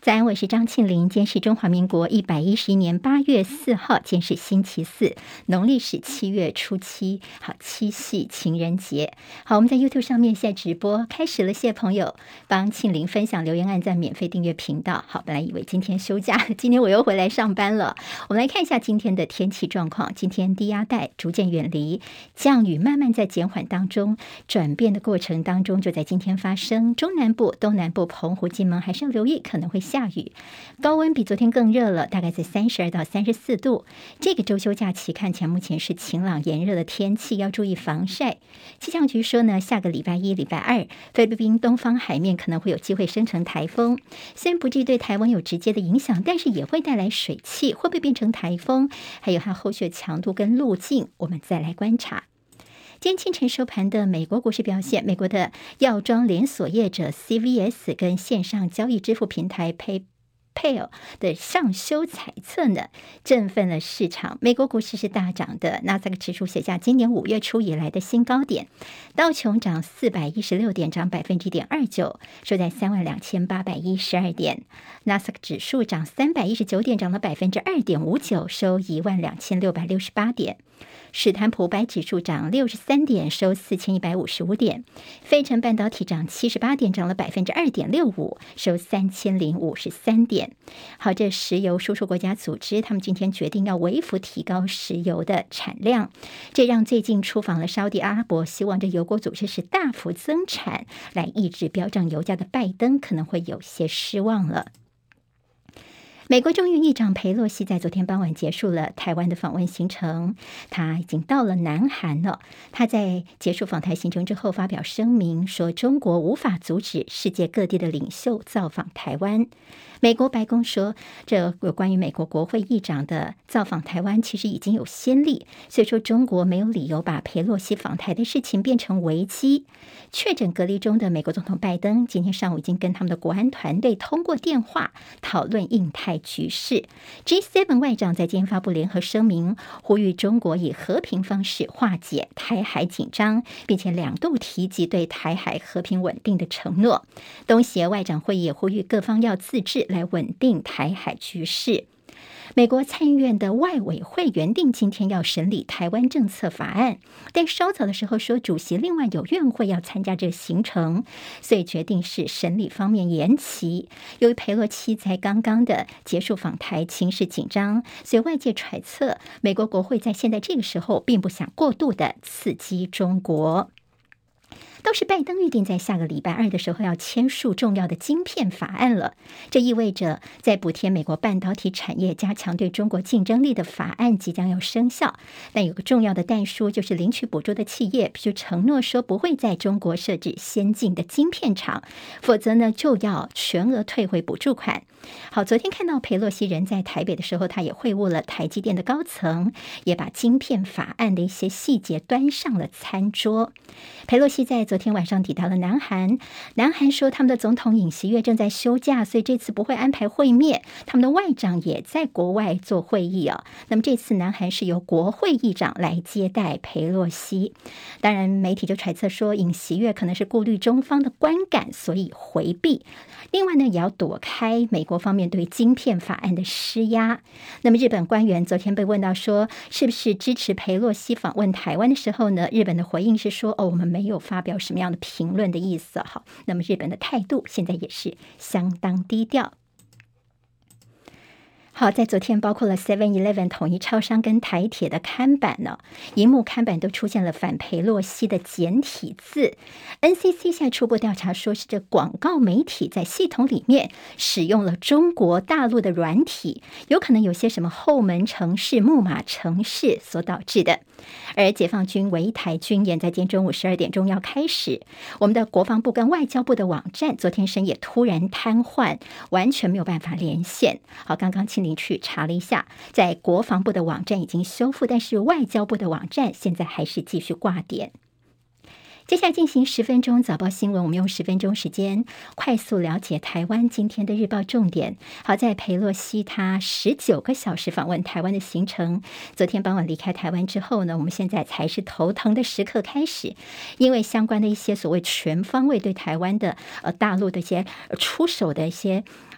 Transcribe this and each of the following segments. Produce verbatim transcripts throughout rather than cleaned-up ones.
早安，我是张庆玲。今天是中华民国一百一十一年八月四号，今天是星期四，农历是七月初七。好，七夕情人节。好，我们在 YouTube 上面现在直播开始了，谢谢朋友帮庆玲分享留言、按赞、免费订阅频道。好，本来以为今天休假，今天我又回来上班了。我们来看一下今天的天气状况。今天低压带逐渐远离，降雨慢慢在减缓当中，转变的过程当中就在今天发生。中南部、东南部、澎湖、金门还是要留意可能会下雨，高温比昨天更热了，大概在三十二到三十四度。这个周休假期看起来目前是晴朗炎热的天气，要注意防晒。气象局说呢，下个礼拜一、礼拜二，菲律宾东方海面可能会有机会生成台风，虽然不至于对台湾有直接的影响，但是也会带来水汽，会不会变成台风，还有它后续的强度跟路径，我们再来观察。今天清晨收盘的美国股市表现，美国的药妆连锁业者 C V S 跟线上交易支付平台 PayPal 的上修财测呢，振奋了市场。美国股市是大涨的，纳斯达克指数写下今年五月初以来的新高点，道琼涨四百一十六点，涨百分之一点二九，收在三万两千八百一十二点。纳斯达克指数涨三百一十九点，涨了百分之二点五九，收一万两千六百六十八点。史坦普五百指数涨六十三点，收四千一百五十五点。费城半导体涨七十八点，涨了百分之二点六五，收三千零五十三点。好，这石油输出国家组织他们今天决定要微幅提高石油的产量，这让最近出访了沙特阿拉伯，希望这油国组织是大幅增产来抑制飙涨油价的拜登可能会有些失望了。美国众议院议长裴洛西在昨天傍晚结束了台湾的访问行程，他已经到了南韩了。他在结束访台行程之后发表声明说，中国无法阻止世界各地的领袖造访台湾。美国白宫说，这有关于美国国会议长的造访台湾其实已经有先例，所以说中国没有理由把裴洛西访台的事情变成危机。确诊隔离中的美国总统拜登今天上午已经跟他们的国安团队通过电话讨论印太局势。 G 七 外长在今天发布联合声明，呼吁中国以和平方式化解台海紧张，并且两度提及对台海和平稳定的承诺。东协外长会议也呼吁各方要自治来稳定台海局势。美国参议院的外委会原定今天要审理台湾政策法案，但稍早的时候说主席另外有院会要参加这个行程，所以决定是审理方面延期。由于裴洛西才刚刚的结束访台，情势紧张，所以外界揣测美国国会在现在这个时候并不想过度的刺激中国。倒是拜登预定在下个礼拜二的时候要签署重要的晶片法案了，这意味着在补贴美国半导体产业、加强对中国竞争力的法案即将要生效。但有个重要的但书，就是领取补助的企业必须承诺说不会在中国设置先进的晶片厂，否则呢就要全额退回补助款。好，昨天看到裴洛西人在台北的时候，他也会晤了台积电的高层，也把晶片法案的一些细节端上了餐桌。裴洛西在昨天晚上抵达了南韩，南韩说他们的总统尹锡悦正在休假，所以这次不会安排会面，他们的外长也在国外做会议哦。那么这次南韩是由国会议长来接待裴洛西，当然媒体就揣测说尹锡悦可能是顾虑中方的观感，所以回避。另外呢，也要躲开美国方面对晶片法案的施压。那么日本官员昨天被问到说是不是支持裴洛西访问台湾的时候呢，日本的回应是说哦，我们没有发表什么样的评论的意思。好，那么日本的态度现在也是相当低调。好，在昨天包括了 seven eleven 统一超商跟台铁的看板呢，荧幕看板都出现了反裴洛西的简体字。N C C 现在初步调查说是这广告媒体在系统里面使用了中国大陆的软体，有可能有些什么后门程式、木马程式所导致的。而解放军围台军演在今天中午十二点钟要开始，我们的国防部跟外交部的网站昨天深夜突然瘫痪，完全没有办法连线。好，刚刚庆玲去查了一下，在国防部的网站已经修复，但是外交部的网站现在还是继续挂点。接下来进行十分钟早报新闻，我们用十分钟时间快速了解台湾今天的日报重点。好在裴洛西他十九个小时访问台湾的行程，昨天傍晚离开台湾之后呢，我们现在才是头疼的时刻开始，因为相关的一些所谓全方位对台湾的呃大陆的一些出手的一些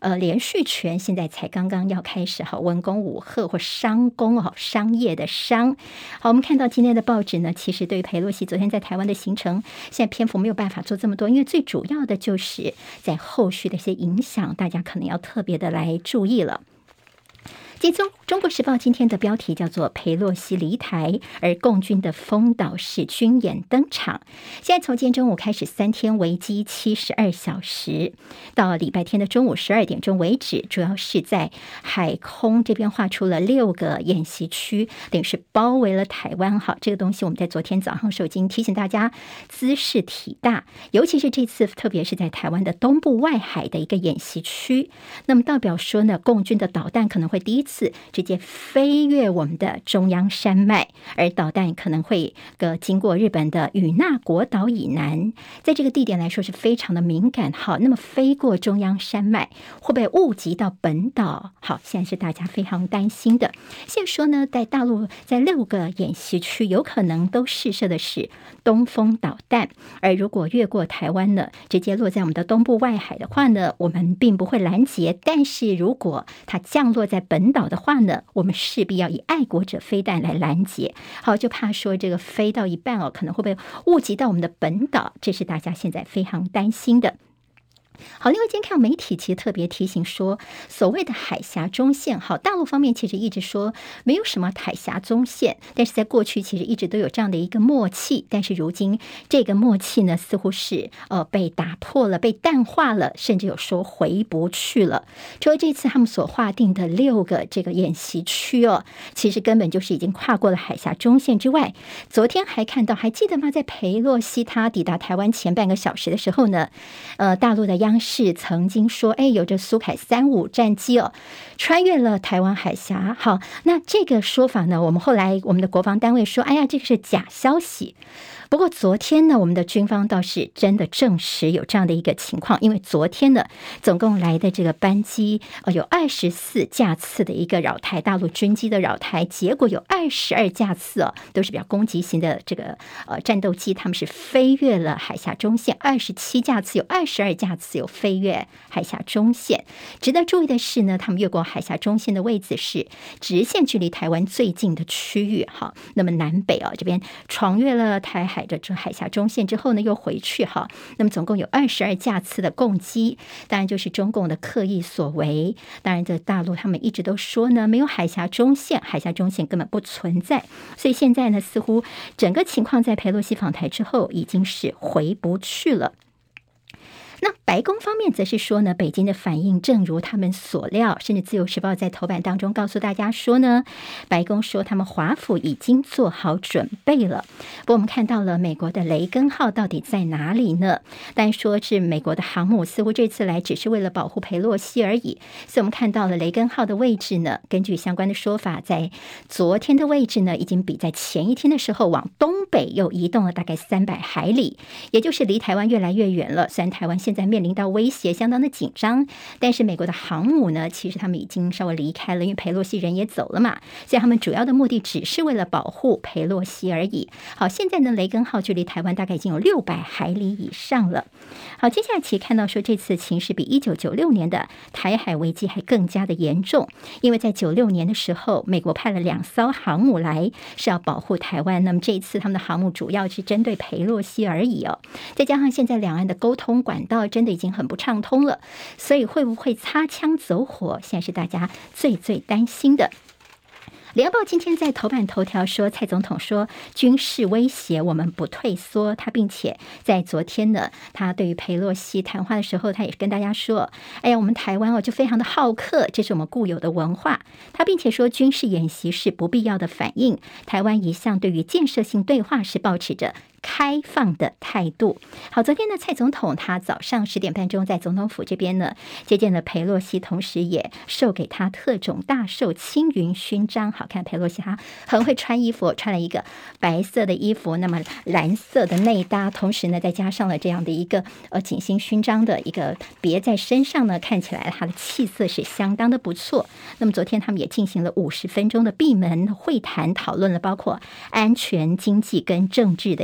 呃连续权现在才刚刚要开始哈，文攻武吓或商攻哦，商业的商。好，我们看到今天的报纸呢，其实对于裴洛西昨天在台湾的行程，现在篇幅没有办法做这么多，因为最主要的就是在后续的一些影响，大家可能要特别的来注意了。今中中国时报今天的标题叫做裴洛西离台，而共军的封岛式军演登场。现在从今天中午开始，三天为期七十二小时，到礼拜天的中午十二点钟为止，主要是在海空这边画出了六个演习区，等于是包围了台湾。好，这个东西我们在昨天早上时候已经提醒大家，姿势体大，尤其是这次特别是在台湾的东部外海的一个演习区，那么代表说呢，共军的导弹可能会第一次直接飞越我们的中央山脉，而导弹可能会个经过日本的与那国岛以南，在这个地点来说是非常的敏感。好，那么飞过中央山脉会不会误击到本岛？好，现在是大家非常担心的。现在说呢，在大陆在六个演习区有可能都试射的是东风导弹，而如果越过台湾呢，直接落在我们的东部外海的话呢，我们并不会拦截，但是如果它降落在本岛的话呢，我们势必要以爱国者飞弹来拦截。好，就怕说这个飞到一半哦，可能会被误击到我们的本岛，这是大家现在非常担心的。好，另外今天看媒体其实特别提醒说，所谓的海峡中线，好，大陆方面其实一直说没有什么海峡中线，但是在过去其实一直都有这样的一个默契，但是如今这个默契呢，似乎是呃被打破了，被淡化了，甚至有说回不去了。除了这次他们所划定的六个这个演习区哦，其实根本就是已经跨过了海峡中线之外。昨天还看到，还记得吗？在裴洛西他抵达台湾前半个小时的时候呢，呃，大陆的央央视曾经说，哎，有着苏凯三五战机哦，穿越了台湾海峡。好，那这个说法呢，我们后来我们的国防单位说，哎呀，这个是假消息。不过昨天呢，我们的军方倒是真的证实有这样的一个情况，因为昨天呢，总共来的这个班机呃有二十四架次的一个扰台，大陆军机的扰台，结果有二十二架次哦，都是比较攻击型的这个呃战斗机，他们是飞越了海峡中线，二十七架次有二十二架次有飞越海峡中线。值得注意的是呢，他们越过海峡中线的位置是直线距离台湾最近的区域哈，那么南北哦这边闯越了台海的这海峡中线之后呢，又回去哈。那么总共有二十二架次的攻击，当然就是中共的刻意所为。当然，在大陆他们一直都说呢，没有海峡中线，海峡中线根本不存在。所以现在呢，似乎整个情况在裴洛西访台之后，已经是回不去了。那白宫方面则是说呢，北京的反应正如他们所料，甚至自由时报在头版当中告诉大家说呢，白宫说他们华府已经做好准备了。不过我们看到了美国的雷根号到底在哪里呢？但说是美国的航母似乎这次来只是为了保护裴洛西而已，所以我们看到了雷根号的位置呢，根据相关的说法，在昨天的位置呢，已经比在前一天的时候往东北又移动了大概三百海里，也就是离台湾越来越远了。虽然台湾现在面临到威胁相当的紧张，但是美国的航母呢，其实他们已经稍微离开了，因为裴洛西人也走了嘛，所以他们主要的目的只是为了保护裴洛西而已。好，现在呢，雷根号距离台湾大概已经有六百海里以上了。好，接下来其实看到说，这次情势比一九九六年的台海危机还更加的严重，因为在九六年的时候，美国派了两艘航母来是要保护台湾，那么这一次他们的航母主要是针对裴洛西而已哦。再加上现在两岸的沟通管道真的已经很不畅通了，所以会不会擦枪走火，现在是大家最最担心的。联合报今天在头版头条说，蔡总统说军事威胁我们不退缩，他并且在昨天呢，他对于裴洛西谈话的时候，他也跟大家说，哎呀，我们台湾哦就非常的好客，这是我们固有的文化。他并且说军事演习是不必要的反应，台湾一向对于建设性对话是抱持着开放的态度。好，昨天呢，蔡总统他早上十点半钟在总统府这边呢接见了裴洛西，同时也授给他特种大绶青云勋章。好看，裴洛西他很会穿衣服，穿了一个白色的衣服，那么蓝色的内搭，同时呢再加上了这样的一个呃景星勋章的一个别在身上呢，看起来他的气色是相当的不错。那么昨天他们也进行了五十分钟的闭门会谈，讨论了包括安全、经济跟政治的一些相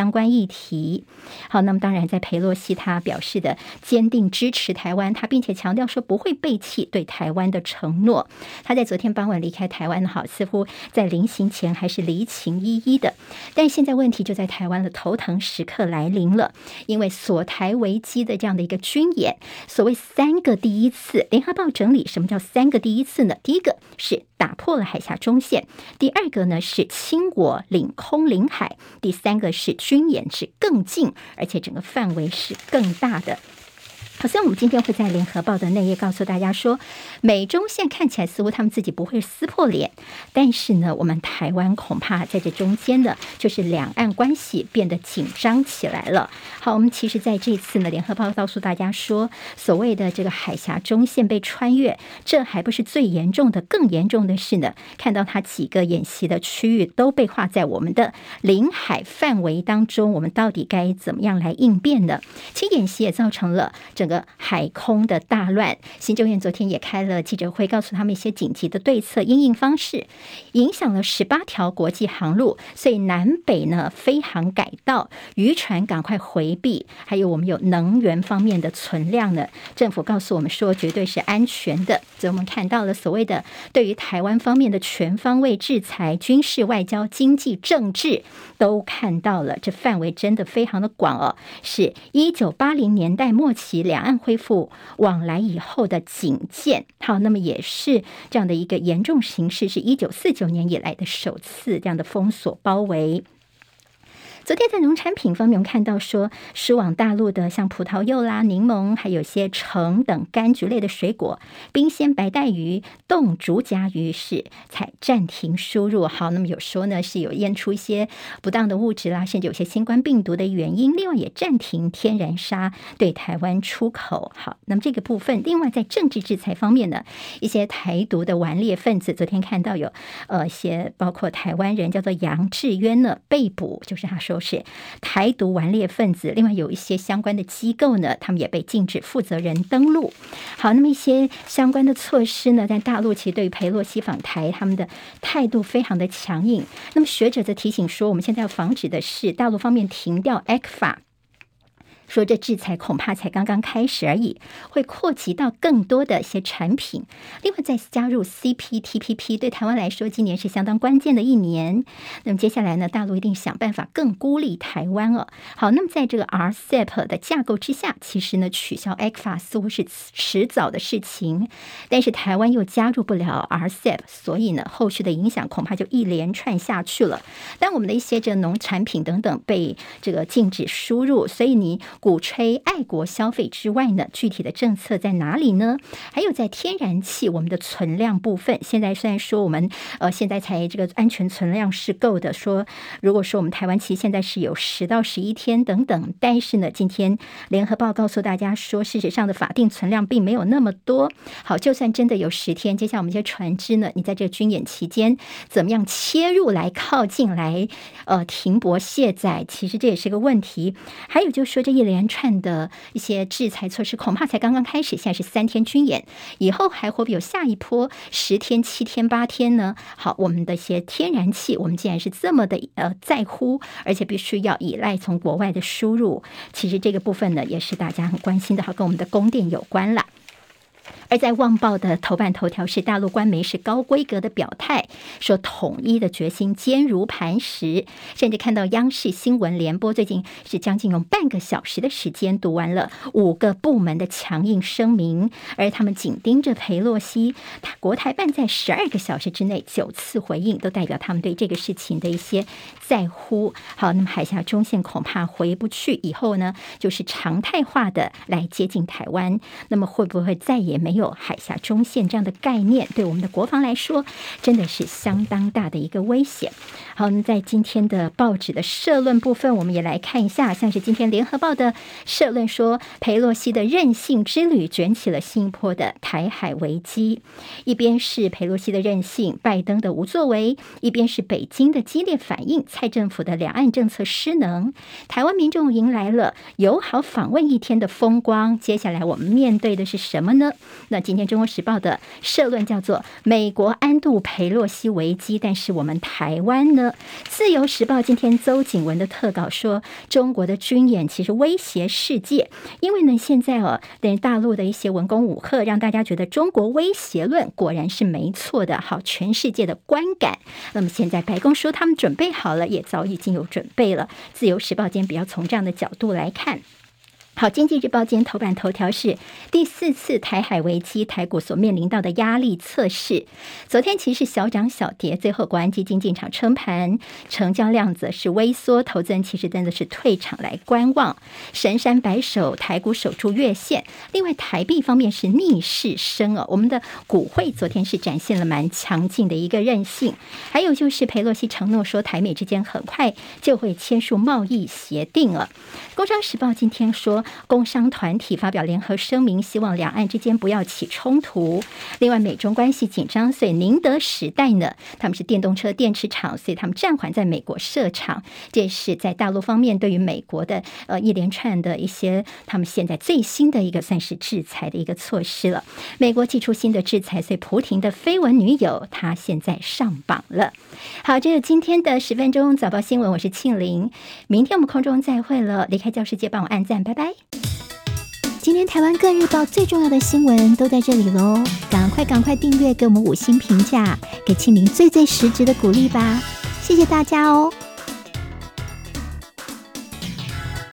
相关议题。好，那么当然在裴洛西他表示的坚定支持台湾，他并且强调说不会背弃对台湾的承诺。他在昨天傍晚离开台湾，好，似乎在临行前还是离情依依的。但现在问题就在台湾的头疼时刻来临了，因为锁台危机的这样的一个军演，所谓三个第一次，联合报整理什么叫三个第一次呢？第一个是打破了海峡中线，第二个呢是侵我领空领海，第三个是军演是更近，而且整个范围是更大的。好像我们今天会在联合报的内页告诉大家说，美中线看起来似乎他们自己不会撕破脸，但是呢，我们台湾恐怕在这中间呢，就是两岸关系变得紧张起来了。好，我们其实在这次呢，联合报告诉大家说，所谓的这个海峡中线被穿越，这还不是最严重的，更严重的是呢，看到它几个演习的区域都被划在我们的领海范围当中，我们到底该怎么样来应变呢？其实演习也造成了整个海空的大乱，行政院昨天也开了记者会，告诉他们一些紧急的对策因应方式，影响了十八条国际航路，所以南北呢飞航改道，渔船赶快回避，还有我们有能源方面的存量呢，政府告诉我们说绝对是安全的。所以我们看到了所谓的对于台湾方面的全方位制裁，军事、外交、经济、政治都看到了，这范围真的非常的广哦，是一九八零年代末期两岸恢复往来以后的警戒。好，那么也是这样的一个严重形势，是一九四九年以来的首次这样的封锁包围。昨天在农产品方面，我们看到说，输往大陆的像葡萄柚啦、柠檬，还有些橙等柑橘类的水果，冰鲜白带鱼、冻竹荚鱼是才暂停输入。好，那么有说呢是有验出一些不当的物质啦，甚至有些新冠病毒的原因。另外也暂停天然砂对台湾出口。好，那么这个部分，另外在政治制裁方面呢，一些台独的顽劣分子，昨天看到有呃一些包括台湾人叫做杨志渊呢被捕，就是他说。都是台独顽劣分子，另外有一些相关的机构呢，他们也被禁止负责人登陆。好，那么一些相关的措施呢，在大陆其实对于裴洛西访台，他们的态度非常的强硬。那么学者则提醒说，我们现在要防止的是大陆方面停掉 E C F A。说这制裁恐怕才刚刚开始而已，会扩及到更多的一些产品。另外再加入 C P T P P， 对台湾来说今年是相当关键的一年。那么接下来呢，大陆一定想办法更孤立台湾哦。好，那么在这个 R C E P 的架构之下，其实呢取消 E C F A 似乎是迟早的事情，但是台湾又加入不了 R C E P， 所以呢后续的影响恐怕就一连串下去了。但我们的一些这农产品等等被这个禁止输入，所以你鼓吹爱国消费之外呢，具体的政策在哪里呢？还有在天然气我们的存量部分，现在虽然说我们呃现在才这个安全存量是够的，说如果说我们台湾其实现在是有十到十一天等等，但是呢，今天联合报告诉大家说，事实上的法定存量并没有那么多。好，就算真的有十天，接下来我们这些船只呢，你在这个军演期间怎么样切入来靠近来呃停泊卸载，其实这也是个问题。还有就是说这一连串的一些制裁措施恐怕才刚刚开始，现在是三天军演，以后还会不会有下一波十天、七天、八天呢？好，我们的一些天然气，我们既然是这么的呃在乎，而且必须要依赖从国外的输入，其实这个部分呢，也是大家很关心的，好，跟我们的供电有关啦。而在《旺报》的头版头条是大陆官媒是高规格的表态，说统一的决心坚如磐石，甚至看到央视新闻联播最近是将近用半个小时的时间读完了五个部门的强硬声明，而他们紧盯着裴洛西，国台办在十二个小时之内九次回应，都代表他们对这个事情的一些在乎。好，那么海峡中线恐怕回不去，以后呢就是常态化的来接近台湾，那么会不会再也没有海峡中线这样的概念，对我们的国防来说真的是相当大的一个威胁。好，那在今天的报纸的社论部分，我们也来看一下，像是今天联合报的社论说，裴洛西的任性之旅卷起了新一波的台海危机，一边是裴洛西的任性，拜登的无作为，一边是北京的激烈反应，蔡政府的两岸政策失能，台湾民众迎来了友好访问一天的风光。接下来我们面对的是什么呢？ 那今天中国时报的社论叫做美国安度裴洛西危机，但是我们台湾呢？自由时报今天邹景文的特稿说，中国的军演其实威胁世界，因为呢现在哦，等于大陆的一些文攻武吓，让大家觉得中国威胁论果然是没错的。好，全世界的观感。那么现在白宫说他们准备好了，也早已经有准备了。自由时报今天比较从这样的角度来看。好，经济日报今天头版头条是第四次台海危机，台股所面临到的压力测试。昨天其实小涨小跌，最后国安基金进场撑盘，成交量则是微缩，投资人其实真的是退场来观望。神山白手，台股守住月线。另外台币方面是逆势升哦，我们的股汇昨天是展现了蛮强劲的一个韧性。还有就是裴洛西承诺说台美之间很快就会签署贸易协定了。工商时报今天说，工商团体发表联合声明，希望两岸之间不要起冲突。另外美中关系紧张，所以宁德时代呢，他们是电动车电池厂，所以他们暂缓在美国设厂。这是在大陆方面对于美国的呃一连串的一些他们现在最新的一个算是制裁的一个措施了。美国祭出新的制裁，所以蒲亭的绯闻女友她现在上榜了。好，这是今天的十分钟早报新闻，我是庆玲，明天我们空中再会了。离开教室界帮我按赞，拜拜。 今天台湾各日报最重要的新闻都在这里喽，赶快赶快订阅，给我们五星评价，给庆玲最最实质的鼓励吧，谢谢大家哦。